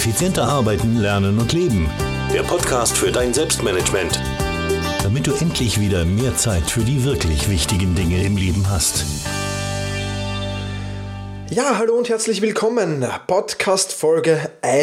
Effizienter arbeiten, lernen und leben. Der Podcast für dein Selbstmanagement. Damit du endlich wieder mehr Zeit für die wirklich wichtigen Dinge im Leben hast. Ja, hallo und herzlich willkommen. Podcast Folge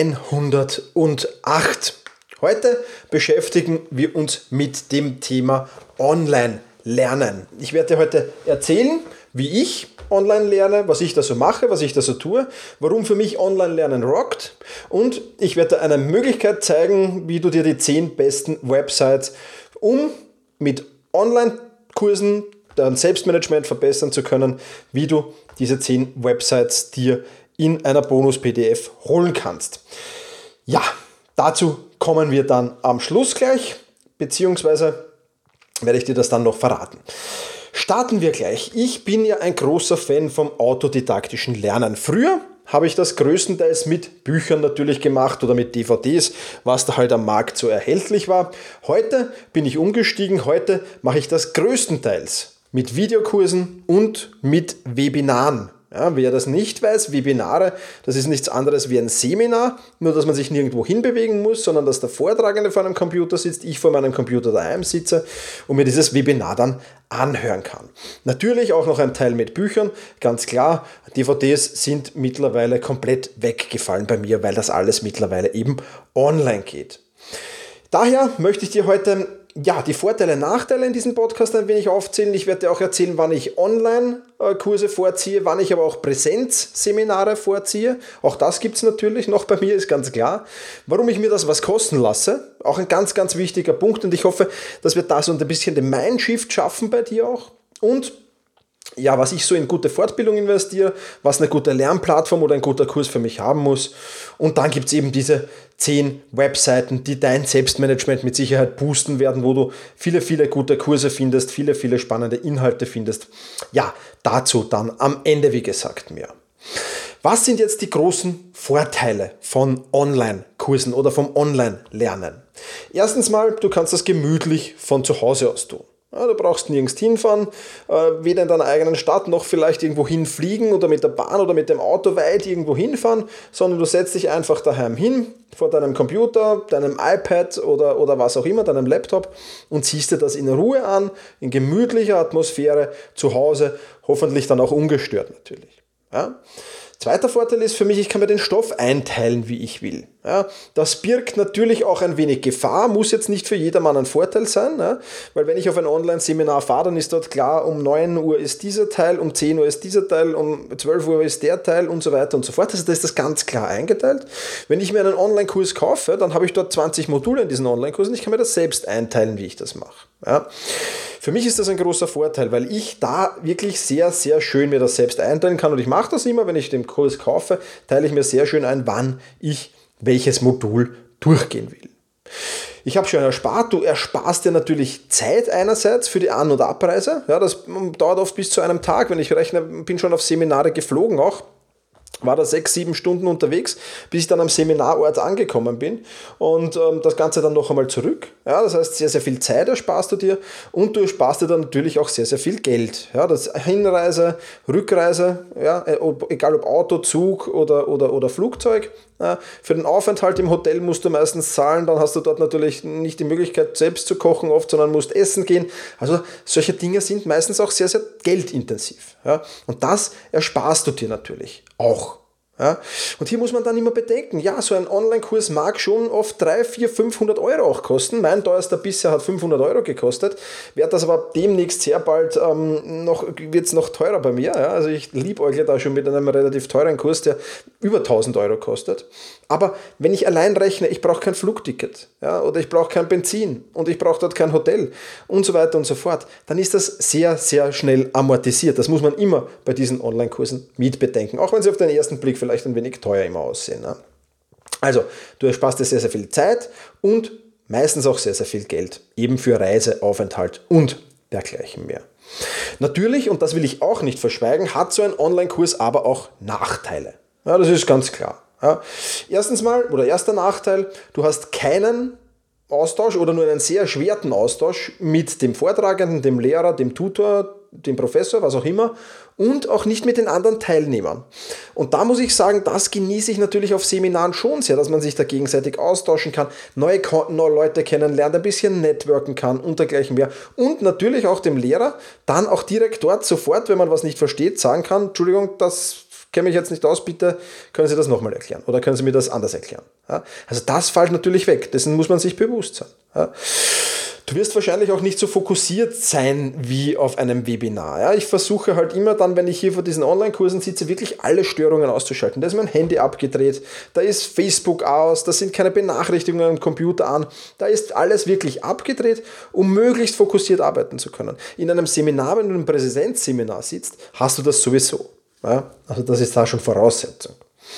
108. Heute beschäftigen wir uns mit dem Thema Online-Lernen. Ich werde dir heute erzählen, wie ich online lerne, was ich da so mache, was ich da so tue, warum für mich Online-Lernen rockt, und ich werde dir eine Möglichkeit zeigen, wie du dir die 10 besten Websites, um mit Online-Kursen dein Selbstmanagement verbessern zu können, wie du diese 10 Websites dir in einer Bonus-PDF holen kannst. Ja, dazu kommen wir dann am Schluss gleich, beziehungsweise werde ich dir das dann noch verraten. Starten wir gleich. Ich bin ja ein großer Fan vom autodidaktischen Lernen. Früher habe ich das größtenteils mit Büchern natürlich gemacht oder mit DVDs, was da halt am Markt so erhältlich war. Heute bin ich umgestiegen. Heute mache ich das größtenteils mit Videokursen und mit Webinaren. Ja, wer das nicht weiß, Webinare, das ist nichts anderes wie ein Seminar, nur dass man sich nirgendwo hinbewegen muss, sondern dass der Vortragende vor einem Computer sitzt, ich vor meinem Computer daheim sitze und mir dieses Webinar dann anhören kann. Natürlich auch noch ein Teil mit Büchern, ganz klar, DVDs sind mittlerweile komplett weggefallen bei mir, weil das alles mittlerweile eben online geht. Daher möchte ich dir heute die Vorteile und Nachteile in diesem Podcast ein wenig aufzählen. Ich werde dir auch erzählen, wann ich Online-Kurse vorziehe, wann ich aber auch Präsenzseminare vorziehe. Auch das gibt es natürlich noch bei mir, ist ganz klar. Warum ich mir das was kosten lasse, auch ein ganz, ganz wichtiger Punkt. Und ich hoffe, dass wir da so ein bisschen den Mindshift schaffen bei dir auch. Und ja, was ich so in gute Fortbildung investiere, was eine gute Lernplattform oder ein guter Kurs für mich haben muss. Und dann gibt es eben diese 10 Webseiten, die dein Selbstmanagement mit Sicherheit boosten werden, wo du viele, viele gute Kurse findest, viele, viele spannende Inhalte findest. Ja, dazu dann am Ende, wie gesagt, mehr. Was sind jetzt die großen Vorteile von Online-Kursen oder vom Online-Lernen? Erstens mal, du kannst das gemütlich von zu Hause aus tun. Ja, du brauchst nirgends hinfahren, weder in deiner eigenen Stadt noch vielleicht irgendwo hinfliegen oder mit der Bahn oder mit dem Auto weit irgendwo hinfahren, sondern du setzt dich einfach daheim hin, vor deinem Computer, deinem iPad oder was auch immer, deinem Laptop, und ziehst dir das in Ruhe an, in gemütlicher Atmosphäre, zu Hause, hoffentlich dann auch ungestört natürlich. Ja? Zweiter Vorteil ist für mich, ich kann mir den Stoff einteilen, wie ich will. Ja, das birgt natürlich auch ein wenig Gefahr, muss jetzt nicht für jedermann ein Vorteil sein, ja, weil wenn ich auf ein Online-Seminar fahre, dann ist dort klar, um 9 Uhr ist dieser Teil, um 10 Uhr ist dieser Teil, um 12 Uhr ist der Teil und so weiter und so fort. Also da ist das ganz klar eingeteilt. Wenn ich mir einen Online-Kurs kaufe, dann habe ich dort 20 Module in diesen Online-Kursen, ich kann mir das selbst einteilen, wie ich das mache. Ja. Für mich ist das ein großer Vorteil, weil ich da wirklich sehr, sehr schön mir das selbst einteilen kann, und ich mache das immer, wenn ich den Kurs kaufe, teile ich mir sehr schön ein, wann ich welches Modul durchgehen will. Ich habe schon erspart, du ersparst dir natürlich Zeit einerseits für die An- und Abreise, ja, das dauert oft bis zu einem Tag, wenn ich rechne, bin schon auf Seminare geflogen auch, war da 6-7 Stunden unterwegs, bis ich dann am Seminarort angekommen bin, und das Ganze dann noch einmal zurück. Ja, das heißt, sehr, sehr viel Zeit ersparst du dir, und du ersparst dir dann natürlich auch sehr, sehr viel Geld. Ja, das Hinreise, Rückreise, ja, egal ob Auto, Zug oder Flugzeug. Ja, für den Aufenthalt im Hotel musst du meistens zahlen, dann hast du dort natürlich nicht die Möglichkeit selbst zu kochen oft, sondern musst essen gehen. Also solche Dinge sind meistens auch sehr, sehr geldintensiv. Ja, und das ersparst du dir natürlich auch. Ja, und hier muss man dann immer bedenken, ja, so ein Online-Kurs mag schon oft 300, 400, 500 Euro auch kosten. Mein teuerster bisher hat 500 Euro gekostet, wird das aber demnächst sehr bald wird es noch teurer bei mir. Ja? Also ich liebäugle da schon mit einem relativ teuren Kurs, der über 1000 Euro kostet. Aber wenn ich allein rechne, ich brauche kein Flugticket, ja, oder ich brauche kein Benzin und ich brauche dort kein Hotel und so weiter und so fort, dann ist das sehr, sehr schnell amortisiert. Das muss man immer bei diesen Online-Kursen mitbedenken, auch wenn sie auf den ersten Blick vielleicht ein wenig teuer immer aussehen. Ne? Also, du ersparst dir sehr, sehr viel Zeit und meistens auch sehr, sehr viel Geld, eben für Reise, Aufenthalt und dergleichen mehr. Natürlich, und das will ich auch nicht verschweigen, hat so ein Online-Kurs aber auch Nachteile. Ja, das ist ganz klar. Ja. Erster Nachteil, du hast keinen Austausch oder nur einen sehr erschwerten Austausch mit dem Vortragenden, dem Lehrer, dem Tutor, dem Professor, was auch immer, und auch nicht mit den anderen Teilnehmern. Und da muss ich sagen, das genieße ich natürlich auf Seminaren schon sehr, dass man sich da gegenseitig austauschen kann, neue Leute kennenlernt, ein bisschen networken kann und dergleichen mehr. Und natürlich auch dem Lehrer dann auch direkt dort sofort, wenn man was nicht versteht, sagen kann, Entschuldigung, das kenne mich jetzt nicht aus, bitte können Sie das nochmal erklären oder können Sie mir das anders erklären. Ja? Also das fällt natürlich weg, dessen muss man sich bewusst sein. Ja? Du wirst wahrscheinlich auch nicht so fokussiert sein wie auf einem Webinar. Ja, ich versuche halt immer dann, wenn ich hier vor diesen Online-Kursen sitze, wirklich alle Störungen auszuschalten. Da ist mein Handy abgedreht, da ist Facebook aus, da sind keine Benachrichtigungen am Computer an. Da ist alles wirklich abgedreht, um möglichst fokussiert arbeiten zu können. In einem Seminar, wenn du im Präsenzseminar sitzt, hast du das sowieso. Ja, also das ist da schon Voraussetzung.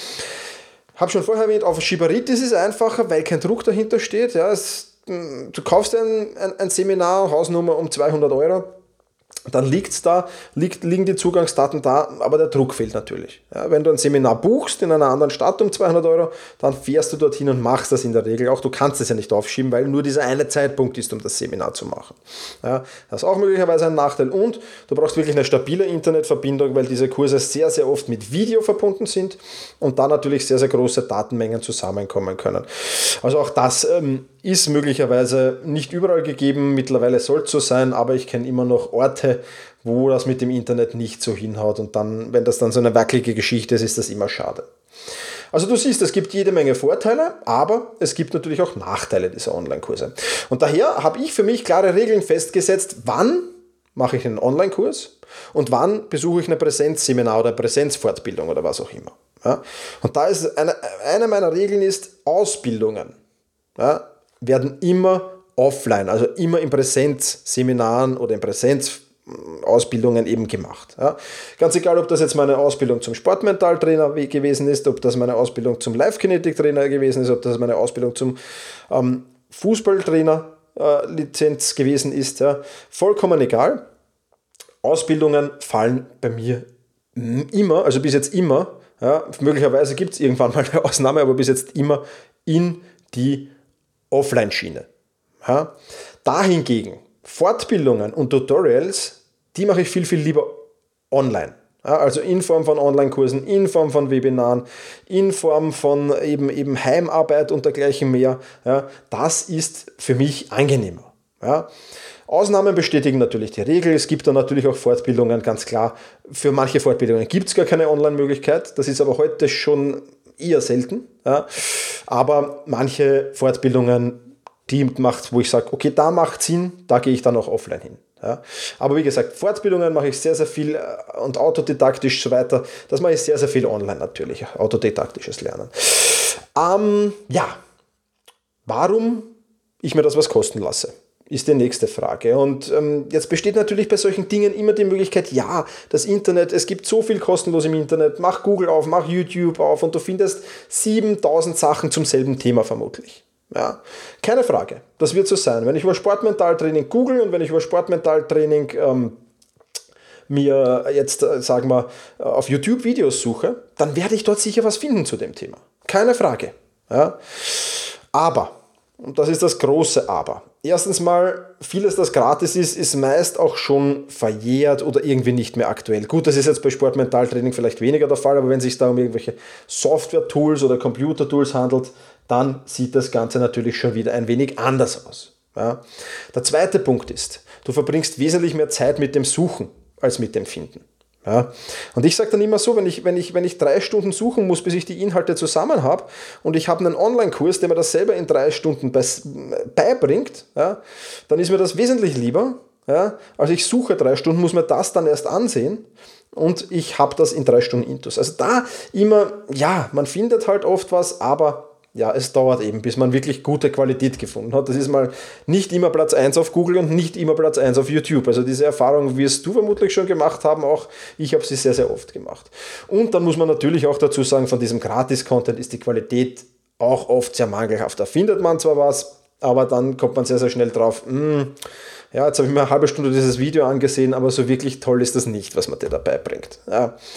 Habe schon vorher erwähnt, auf Shibaritis ist es einfacher, weil kein Druck dahinter steht. Ja, du kaufst ein Seminar, Hausnummer um 200 €, dann liegt's da, liegen die Zugangsdaten da, aber der Druck fehlt natürlich. Ja, wenn du ein Seminar buchst in einer anderen Stadt um 200 €, dann fährst du dorthin und machst das in der Regel auch. Du kannst es ja nicht aufschieben, weil nur dieser eine Zeitpunkt ist, um das Seminar zu machen. Ja, das ist auch möglicherweise ein Nachteil. Und du brauchst wirklich eine stabile Internetverbindung, weil diese Kurse sehr, sehr oft mit Video verbunden sind und da natürlich sehr, sehr große Datenmengen zusammenkommen können. Also auch das ist möglicherweise nicht überall gegeben, mittlerweile soll es so sein, aber ich kenne immer noch Orte, wo das mit dem Internet nicht so hinhaut und dann, wenn das dann so eine wackelige Geschichte ist, ist das immer schade. Also du siehst, es gibt jede Menge Vorteile, aber es gibt natürlich auch Nachteile dieser Online-Kurse. Und daher habe ich für mich klare Regeln festgesetzt, wann mache ich einen Online-Kurs und wann besuche ich eine Präsenzseminar oder Präsenzfortbildung oder was auch immer. Ja? Und da ist eine meiner Regeln ist, Ausbildungen werden immer offline, also immer in Präsenzseminaren oder in Präsenzausbildungen eben gemacht. Ja. Ganz egal, ob das jetzt meine Ausbildung zum Sportmentaltrainer gewesen ist, ob das meine Ausbildung zum Live-Kinetik-Trainer gewesen ist, ob das meine Ausbildung zum Fußballtrainer Lizenz gewesen ist. Ja. Vollkommen egal. Ausbildungen fallen bei mir immer, also bis jetzt immer, ja, möglicherweise gibt es irgendwann mal eine Ausnahme, aber bis jetzt immer in die Offline-Schiene. Ja. Dahingegen Fortbildungen und Tutorials, die mache ich viel, viel lieber online. Ja, also in Form von Online-Kursen, in Form von Webinaren, in Form von eben Heimarbeit und dergleichen mehr. Ja, das ist für mich angenehmer. Ja. Ausnahmen bestätigen natürlich die Regel. Es gibt dann natürlich auch Fortbildungen, ganz klar. Für manche Fortbildungen gibt es gar keine Online-Möglichkeit. Das ist aber heute schon eher selten. Ja. Aber manche Fortbildungen, die macht, wo ich sage, okay, da macht Sinn, da gehe ich dann auch offline hin. Ja. Aber wie gesagt, Fortbildungen mache ich sehr, sehr viel und autodidaktisch so weiter. Das mache ich sehr, sehr viel online natürlich, autodidaktisches Lernen. Warum ich mir das was kosten lasse, ist die nächste Frage. Und jetzt besteht natürlich bei solchen Dingen immer die Möglichkeit, ja, das Internet, es gibt so viel kostenlos im Internet, mach Google auf, mach YouTube auf und du findest 7000 Sachen zum selben Thema vermutlich. Ja, keine Frage, das wird so sein. Wenn ich über Sportmentaltraining google und wenn ich über Sportmentaltraining mir jetzt, sagen wir, auf YouTube Videos suche, dann werde ich dort sicher was finden zu dem Thema. Keine Frage. Ja. Aber, und das ist das große Aber, erstens mal, vieles, das gratis ist, ist meist auch schon verjährt oder irgendwie nicht mehr aktuell. Gut, das ist jetzt bei Sportmentaltraining vielleicht weniger der Fall, aber wenn es sich da um irgendwelche Software-Tools oder Computer-Tools handelt, dann sieht das Ganze natürlich schon wieder ein wenig anders aus. Ja. Der zweite Punkt ist, du verbringst wesentlich mehr Zeit mit dem Suchen als mit dem Finden. Ja. Und ich sage dann immer so, wenn ich 3 Stunden suchen muss, bis ich die Inhalte zusammen habe und ich habe einen Online-Kurs, der mir das selber in 3 Stunden beibringt, ja, dann ist mir das wesentlich lieber. Ja. Also ich suche 3 Stunden, muss mir das dann erst ansehen und ich habe das in 3 Stunden intus. Also da immer, ja, man findet halt oft was, aber ja, es dauert eben, bis man wirklich gute Qualität gefunden hat. Das ist mal nicht immer Platz 1 auf Google und nicht immer Platz 1 auf YouTube. Also diese Erfahrung wirst du vermutlich schon gemacht haben, auch ich habe sie sehr, sehr oft gemacht. Und dann muss man natürlich auch dazu sagen, von diesem Gratis-Content ist die Qualität auch oft sehr mangelhaft. Da findet man zwar was, aber dann kommt man sehr, sehr schnell drauf, ja, jetzt habe ich mir eine halbe Stunde dieses Video angesehen, aber so wirklich toll ist das nicht, was man dir dabei bringt. Ja.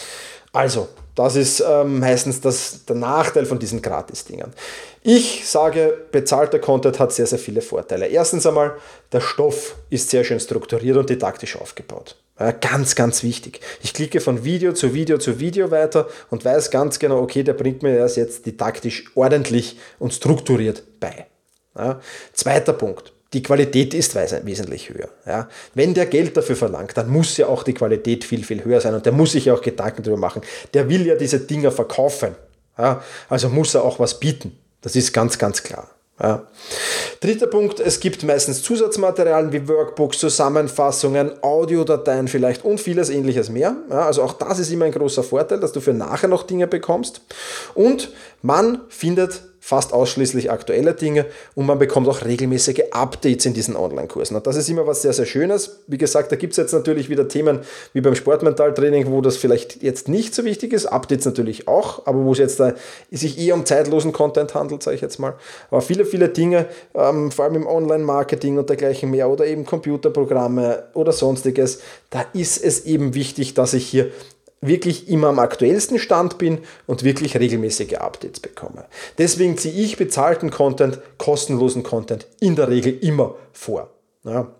Also, das ist meistens der Nachteil von diesen Gratis-Dingern. Ich sage, bezahlter Content hat sehr, sehr viele Vorteile. Erstens einmal, der Stoff ist sehr schön strukturiert und didaktisch aufgebaut. Ja, ganz, ganz wichtig. Ich klicke von Video zu Video zu Video weiter und weiß ganz genau, okay, der bringt mir das jetzt didaktisch ordentlich und strukturiert bei. Ja. Zweiter Punkt. Die Qualität ist wesentlich höher. Ja. Wenn der Geld dafür verlangt, dann muss ja auch die Qualität viel, viel höher sein und der muss sich ja auch Gedanken darüber machen. Der will ja diese Dinger verkaufen. Ja. Also muss er auch was bieten. Das ist ganz, ganz klar. Ja. Dritter Punkt, es gibt meistens Zusatzmaterialien wie Workbooks, Zusammenfassungen, Audiodateien vielleicht und vieles ähnliches mehr. Ja, also auch das ist immer ein großer Vorteil, dass du für nachher noch Dinge bekommst. Und man findet fast ausschließlich aktuelle Dinge und man bekommt auch regelmäßige Updates in diesen Online-Kursen. Und das ist immer was sehr, sehr Schönes. Wie gesagt, da gibt es jetzt natürlich wieder Themen wie beim Sportmentaltraining, wo das vielleicht jetzt nicht so wichtig ist. Updates natürlich auch, aber wo es jetzt sich eher um zeitlosen Content handelt, sage ich jetzt mal. Aber viele, viele Dinge, vor allem im Online-Marketing und dergleichen mehr oder eben Computerprogramme oder sonstiges, da ist es eben wichtig, dass ich hier wirklich immer am aktuellsten Stand bin und wirklich regelmäßige Updates bekomme. Deswegen ziehe ich bezahlten Content, kostenlosen Content in der Regel immer vor. Ja,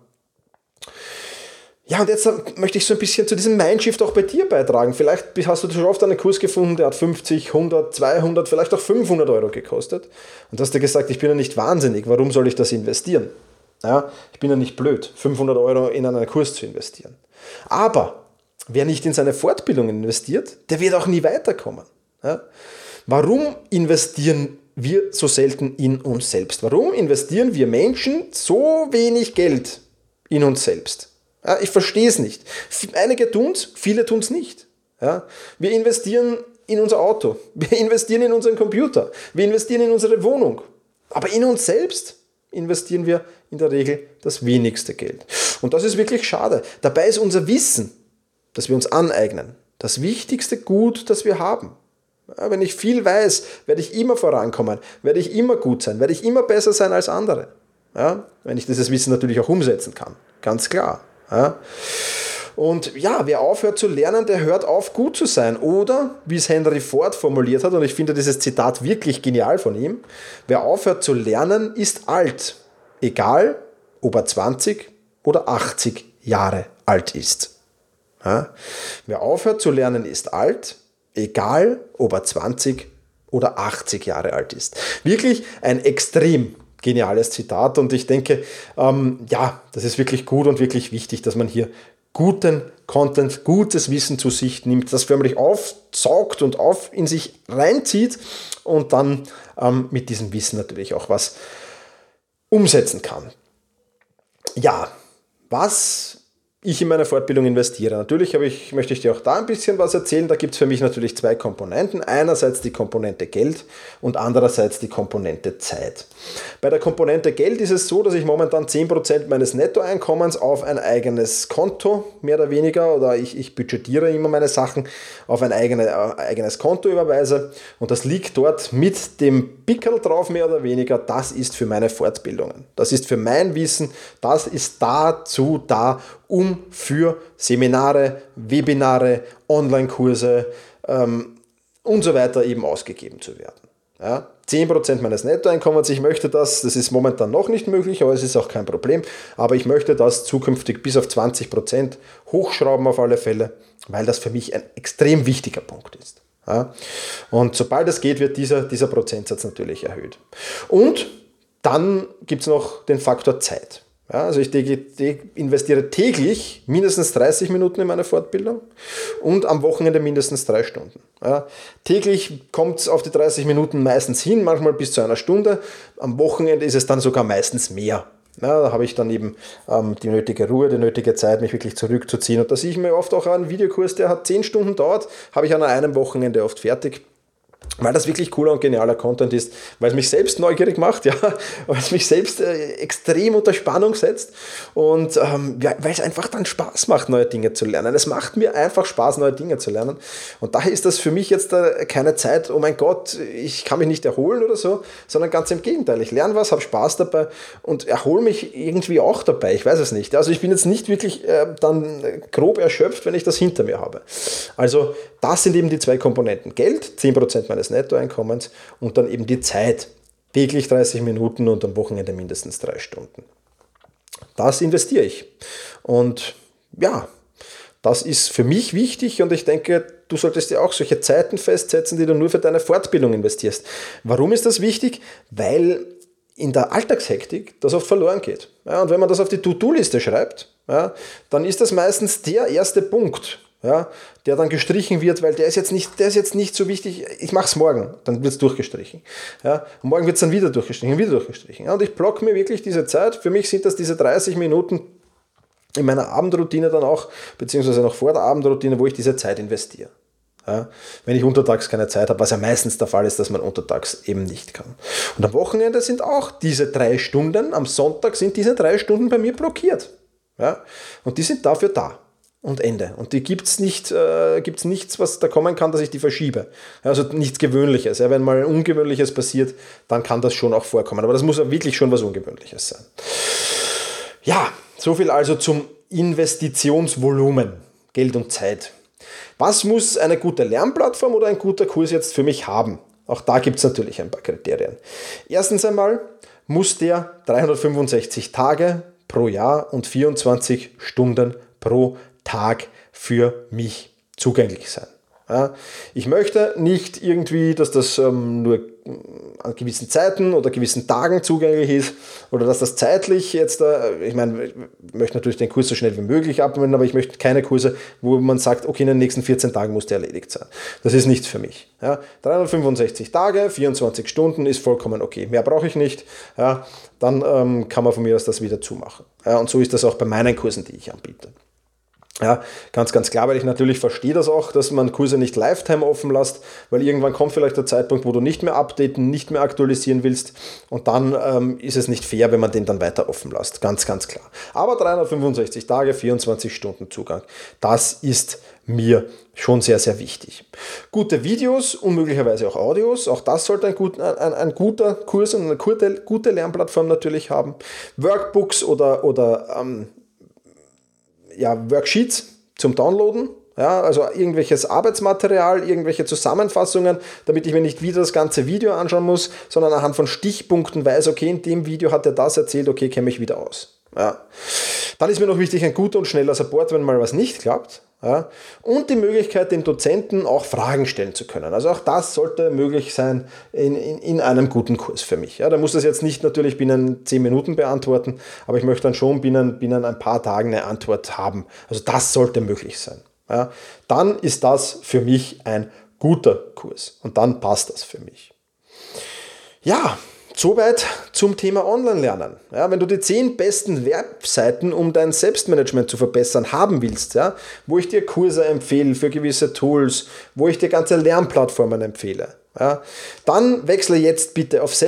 und jetzt möchte ich so ein bisschen zu diesem Mindshift auch bei dir beitragen. Vielleicht hast du schon oft einen Kurs gefunden, der hat 50, 100, 200, vielleicht auch 500 Euro gekostet. Und du hast dir gesagt, ich bin ja nicht wahnsinnig, warum soll ich das investieren? Ja, ich bin ja nicht blöd, 500 Euro in einen Kurs zu investieren. Aber wer nicht in seine Fortbildung investiert, der wird auch nie weiterkommen. Ja? Warum investieren wir so selten in uns selbst? Warum investieren wir Menschen so wenig Geld in uns selbst? Ja, ich verstehe es nicht. Einige tun es, viele tun es nicht. Ja? Wir investieren in unser Auto, wir investieren in unseren Computer, wir investieren in unsere Wohnung. Aber in uns selbst investieren wir in der Regel das wenigste Geld. Und das ist wirklich schade. Dabei ist unser Wissen, das wir uns aneignen, das wichtigste Gut, das wir haben. Ja, wenn ich viel weiß, werde ich immer vorankommen, werde ich immer gut sein, werde ich immer besser sein als andere. Ja, wenn ich dieses Wissen natürlich auch umsetzen kann, ganz klar. Ja. Und ja, wer aufhört zu lernen, der hört auf, gut zu sein. Oder, wie es Henry Ford formuliert hat, und ich finde dieses Zitat wirklich genial von ihm, wer aufhört zu lernen, ist alt. Egal, ob er 20 oder 80 Jahre alt ist. Ja? Wer aufhört zu lernen, ist alt, egal ob er 20 oder 80 Jahre alt ist. Wirklich ein extrem geniales Zitat und ich denke, das ist wirklich gut und wirklich wichtig, dass man hier guten Content, gutes Wissen zu sich nimmt, das förmlich aufsaugt und in sich reinzieht und dann mit diesem Wissen natürlich auch was umsetzen kann. Ja, was ich in meine Fortbildung investiere. Natürlich möchte ich dir auch da ein bisschen was erzählen. Da gibt es für mich natürlich zwei Komponenten. Einerseits die Komponente Geld und andererseits die Komponente Zeit. Bei der Komponente Geld ist es so, dass ich momentan 10% meines Nettoeinkommens auf ein eigenes Konto, mehr oder weniger, oder ich budgetiere immer meine Sachen auf ein eigenes Konto überweise. Und das liegt dort mit dem Pickel drauf, mehr oder weniger. Das ist für meine Fortbildungen. Das ist für mein Wissen. Das ist dazu da, um für Seminare, Webinare, Online-Kurse und so weiter eben ausgegeben zu werden. Ja, 10% meines Nettoeinkommens, ich möchte das ist momentan noch nicht möglich, aber es ist auch kein Problem, aber ich möchte das zukünftig bis auf 20% hochschrauben auf alle Fälle, weil das für mich ein extrem wichtiger Punkt ist. Ja, und sobald es geht, wird dieser Prozentsatz natürlich erhöht. Und dann gibt es noch den Faktor Zeit. Ja, also ich investiere täglich mindestens 30 Minuten in meine Fortbildung und am Wochenende mindestens 3 Stunden. Ja, täglich kommt es auf die 30 Minuten meistens hin, manchmal bis zu einer Stunde. Am Wochenende ist es dann sogar meistens mehr. Ja, da habe ich dann eben die nötige Ruhe, die nötige Zeit, mich wirklich zurückzuziehen. Und da sehe ich mir oft auch einen Videokurs, der hat 10 Stunden dauert, habe ich an einem Wochenende oft fertig. weil das wirklich cooler und genialer Content ist, weil es mich selbst neugierig macht, ja, weil es mich selbst extrem unter Spannung setzt und weil es einfach dann Spaß macht, neue Dinge zu lernen. Es macht mir einfach Spaß, neue Dinge zu lernen und daher ist das für mich jetzt keine Zeit, oh mein Gott, ich kann mich nicht erholen oder so, sondern ganz im Gegenteil. Ich lerne was, habe Spaß dabei und erhole mich irgendwie auch dabei, ich weiß es nicht. Also ich bin jetzt nicht wirklich dann grob erschöpft, wenn ich das hinter mir habe. Also das sind eben die zwei Komponenten. Geld, 10% meines Nettoeinkommens und dann eben die Zeit. Täglich 30 Minuten und am Wochenende mindestens 3 Stunden. Das investiere ich. Und ja, das ist für mich wichtig und ich denke, du solltest dir auch solche Zeiten festsetzen, die du nur für deine Fortbildung investierst. Warum ist das wichtig? Weil in der Alltagshektik das oft verloren geht. Ja, und wenn man das auf die To-Do-Liste schreibt, ja, dann ist das meistens der erste Punkt, ja, der dann gestrichen wird, weil der ist jetzt nicht so wichtig, ich mache es morgen, dann wird es durchgestrichen. Ja, und morgen wird es dann wieder durchgestrichen. Ja, und ich blocke mir wirklich diese Zeit, für mich sind das diese 30 Minuten in meiner Abendroutine dann auch, beziehungsweise noch vor der Abendroutine, wo ich diese Zeit investiere. Ja, wenn ich untertags keine Zeit habe, was ja meistens der Fall ist, dass man untertags eben nicht kann. Und am Wochenende sind auch diese 3 Stunden, am Sonntag sind diese 3 Stunden bei mir blockiert. Ja, und die sind dafür da. Und Ende. Und die gibt's nichts, was da kommen kann, dass ich die verschiebe. Also nichts Gewöhnliches. Ja, wenn mal Ungewöhnliches passiert, dann kann das schon auch vorkommen. Aber das muss wirklich schon was Ungewöhnliches sein. Ja, soviel also zum Investitionsvolumen, Geld und Zeit. Was muss eine gute Lernplattform oder ein guter Kurs jetzt für mich haben? Auch da gibt es natürlich ein paar Kriterien. Erstens einmal muss der 365 Tage pro Jahr und 24 Stunden pro Tag für mich zugänglich sein. Ja, ich möchte nicht irgendwie, dass das nur an gewissen Zeiten oder gewissen Tagen zugänglich ist oder dass das zeitlich jetzt, ich meine, ich möchte natürlich den Kurs so schnell wie möglich abwenden, aber ich möchte keine Kurse, wo man sagt, okay, in den nächsten 14 Tagen muss der erledigt sein. Das ist nichts für mich. Ja, 365 Tage, 24 Stunden ist vollkommen okay. Mehr brauche ich nicht. Ja, dann kann man von mir aus das wieder zumachen. Ja, und so ist das auch bei meinen Kursen, die ich anbiete. Ja, ganz klar, weil ich natürlich verstehe das auch, dass man Kurse nicht Lifetime offen lässt, weil irgendwann kommt vielleicht der Zeitpunkt, wo du nicht mehr updaten, nicht mehr aktualisieren willst und dann ist es nicht fair, wenn man den dann weiter offen lässt, ganz klar. Aber 365 Tage, 24 Stunden Zugang, das ist mir schon sehr, sehr wichtig. Gute Videos und möglicherweise auch Audios, auch das sollte ein guter Kurs und eine gute Lernplattform natürlich haben. Workbooks oder Worksheets zum Downloaden, ja, also irgendwelches Arbeitsmaterial, irgendwelche Zusammenfassungen, damit ich mir nicht wieder das ganze Video anschauen muss, sondern anhand von Stichpunkten weiß, okay, in dem Video hat er das erzählt, okay, kenne mich wieder aus. Ja. Dann ist mir noch wichtig, ein guter und schneller Support, wenn mal was nicht klappt. Ja, und die Möglichkeit, dem Dozenten auch Fragen stellen zu können. Also auch das sollte möglich sein in einem guten Kurs für mich. Ja, da muss das jetzt nicht natürlich binnen 10 Minuten beantworten, aber ich möchte dann schon binnen ein paar Tagen eine Antwort haben. Also das sollte möglich sein. Ja, dann ist das für mich ein guter Kurs und dann passt das für mich. Ja, soweit zum Thema Online-Lernen. Ja, wenn du die 10 besten Webseiten, um dein Selbstmanagement zu verbessern, haben willst, ja, wo ich dir Kurse empfehle für gewisse Tools, wo ich dir ganze Lernplattformen empfehle, ja, dann wechsle jetzt bitte auf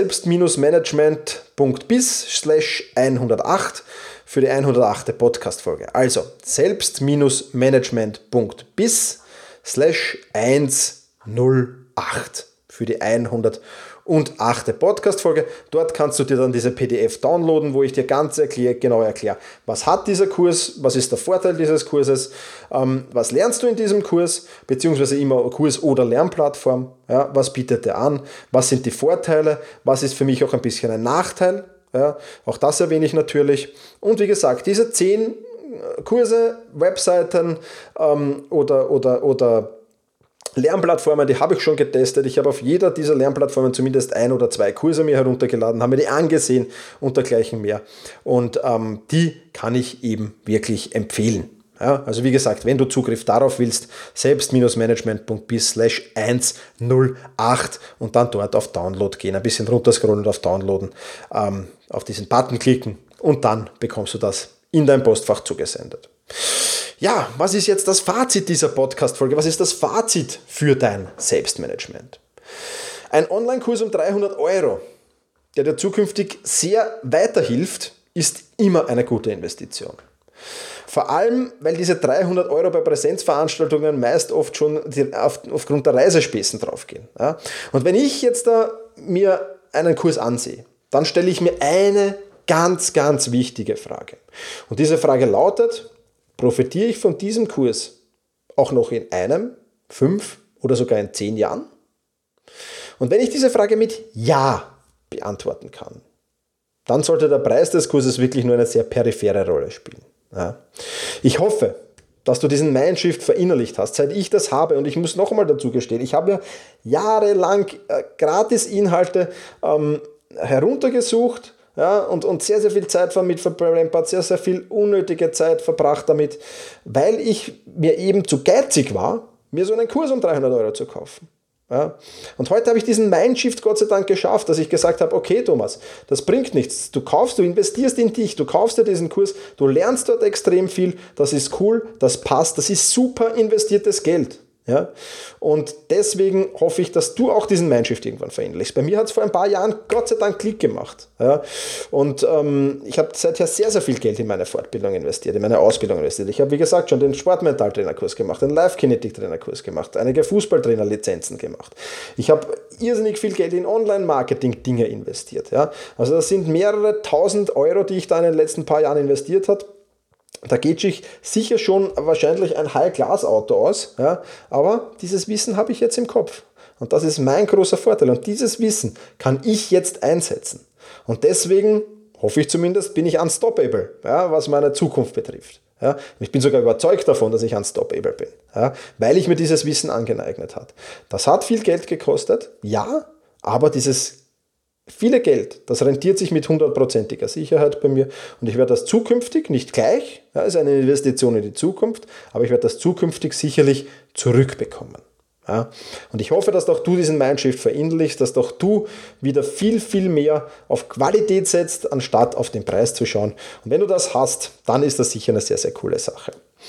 selbst-management.biz/108 für die 108. Podcast-Folge. Also selbst-management.biz/108 für die 108. Podcast-Folge. Dort kannst du dir dann diese PDF downloaden, wo ich dir ganz genau erkläre, was hat dieser Kurs, was ist der Vorteil dieses Kurses, was lernst du in diesem Kurs, beziehungsweise immer Kurs oder Lernplattform, ja, was bietet er an, was sind die Vorteile, was ist für mich auch ein bisschen ein Nachteil, ja, auch das erwähne ich natürlich. Und wie gesagt, diese 10 Kurse, Webseiten oder Lernplattformen, die habe ich schon getestet. Ich habe auf jeder dieser Lernplattformen zumindest 1 oder 2 Kurse mir heruntergeladen, habe mir die angesehen und dergleichen mehr. Und die kann ich eben wirklich empfehlen. Ja, also wie gesagt, wenn du Zugriff darauf willst, selbst-management.biz/108 und dann dort auf Download gehen, ein bisschen runterscrollen und auf Downloaden, auf diesen Button klicken und dann bekommst du das in dein Postfach zugesendet. Ja, was ist jetzt das Fazit dieser Podcast-Folge? Was ist das Fazit für dein Selbstmanagement? Ein Online-Kurs um 300 €, der dir zukünftig sehr weiterhilft, ist immer eine gute Investition. Vor allem, weil diese 300 € bei Präsenzveranstaltungen meist oft schon aufgrund der Reisespesen draufgehen. Ja? Und wenn ich jetzt mir einen Kurs ansehe, dann stelle ich mir eine ganz, ganz wichtige Frage. Und diese Frage lautet: Profitiere ich von diesem Kurs auch noch in 1, 5 oder sogar in 10 Jahren? Und wenn ich diese Frage mit Ja beantworten kann, dann sollte der Preis des Kurses wirklich nur eine sehr periphere Rolle spielen. Ja. Ich hoffe, dass du diesen Mindshift verinnerlicht hast, seit ich das habe. Und ich muss noch einmal dazu gestehen, ich habe ja jahrelang Gratis-Inhalte heruntergesucht, ja, und sehr, sehr viel Zeit damit verplempert, sehr, sehr viel unnötige Zeit verbracht damit, weil ich mir eben zu geizig war, mir so einen Kurs um 300 € zu kaufen. Ja. Und heute habe ich diesen Mindshift Gott sei Dank geschafft, dass ich gesagt habe: Okay, Thomas, das bringt nichts. Du investierst in dich, du kaufst dir diesen Kurs, du lernst dort extrem viel, das ist cool, das passt, das ist super investiertes Geld. Ja? Und deswegen hoffe ich, dass du auch diesen Mindshift irgendwann verinnerlichst. Bei mir hat es vor ein paar Jahren Gott sei Dank Klick gemacht. Ja? Und ich habe seither sehr, sehr viel Geld in meine Fortbildung investiert, in meine Ausbildung investiert. Ich habe, wie gesagt, schon den Sportmentaltrainerkurs gemacht, den Live-Kinetik-Trainerkurs gemacht, einige Fußballtrainer-Lizenzen gemacht. Ich habe irrsinnig viel Geld in Online-Marketing-Dinge investiert. Ja? Also das sind mehrere 1000 €, die ich da in den letzten paar Jahren investiert habe. Da geht sich sicher schon wahrscheinlich ein High-Class-Auto aus, ja, aber dieses Wissen habe ich jetzt im Kopf. Und das ist mein großer Vorteil. Und dieses Wissen kann ich jetzt einsetzen. Und deswegen, hoffe ich zumindest, bin ich unstoppable, ja, was meine Zukunft betrifft. Ja. Ich bin sogar überzeugt davon, dass ich unstoppable bin, ja, weil ich mir dieses Wissen angeeignet habe. Das hat viel Geld gekostet, ja, aber dieses viele Geld, das rentiert sich mit 100%iger Sicherheit bei mir, und ich werde das zukünftig, nicht gleich, ja, ist eine Investition in die Zukunft, aber ich werde das zukünftig sicherlich zurückbekommen. Ja. Und ich hoffe, dass auch du diesen Mindshift verinnerlichst, dass auch du wieder viel, viel mehr auf Qualität setzt, anstatt auf den Preis zu schauen. Und wenn du das hast, dann ist das sicher eine sehr, sehr coole Sache.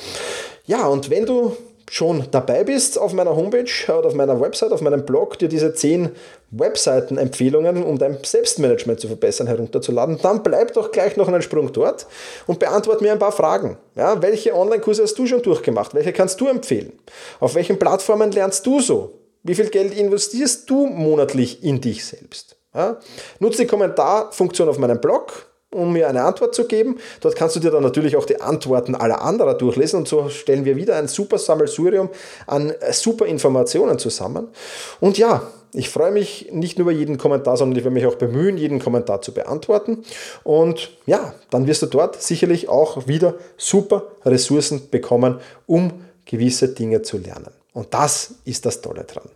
Ja, und wenn du schon dabei bist, auf meiner Homepage oder auf meiner Website, auf meinem Blog, dir diese 10 Webseiten-Empfehlungen, um dein Selbstmanagement zu verbessern, herunterzuladen, dann bleib doch gleich noch einen Sprung dort und beantworte mir ein paar Fragen. Ja, welche Online-Kurse hast du schon durchgemacht? Welche kannst du empfehlen? Auf welchen Plattformen lernst du so? Wie viel Geld investierst du monatlich in dich selbst? Ja, nutze die Kommentarfunktion auf meinem Blog, um mir eine Antwort zu geben. Dort kannst du dir dann natürlich auch die Antworten aller anderer durchlesen, und so stellen wir wieder ein super Sammelsurium an super Informationen zusammen. Und ja, ich freue mich nicht nur über jeden Kommentar, sondern ich werde mich auch bemühen, jeden Kommentar zu beantworten. Und ja, dann wirst du dort sicherlich auch wieder super Ressourcen bekommen, um gewisse Dinge zu lernen. Und das ist das Tolle dran.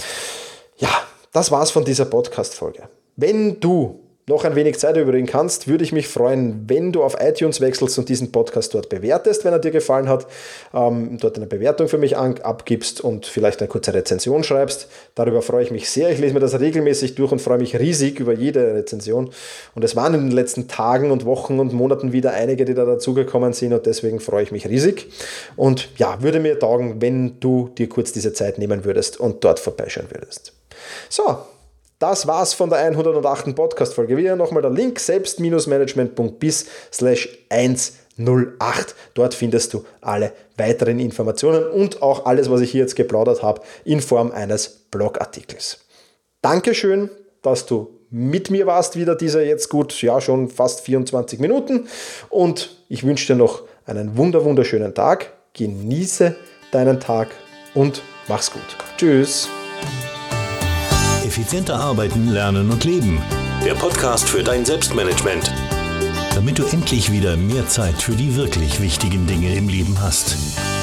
Ja, das war's von dieser Podcast-Folge. Wenn du noch ein wenig Zeit übrigen kannst, würde ich mich freuen, wenn du auf iTunes wechselst und diesen Podcast dort bewertest, wenn er dir gefallen hat, dort eine Bewertung für mich abgibst und vielleicht eine kurze Rezension schreibst. Darüber freue ich mich sehr. Ich lese mir das regelmäßig durch und freue mich riesig über jede Rezension. Und es waren in den letzten Tagen und Wochen und Monaten wieder einige, die da dazugekommen sind, und deswegen freue ich mich riesig. Und ja, würde mir taugen, wenn du dir kurz diese Zeit nehmen würdest und dort vorbeischauen würdest. So, das war's von der 108. Podcast-Folge. Wieder nochmal der Link selbst-management.biz/108. Dort findest du alle weiteren Informationen und auch alles, was ich hier jetzt geplaudert habe, in Form eines Blogartikels. Dankeschön, dass du mit mir warst, wieder diese jetzt gut, ja schon fast 24 Minuten. Und ich wünsche dir noch einen wunderschönen Tag. Genieße deinen Tag und mach's gut. Tschüss. Effizienter arbeiten, lernen und leben. Der Podcast für dein Selbstmanagement. Damit du endlich wieder mehr Zeit für die wirklich wichtigen Dinge im Leben hast.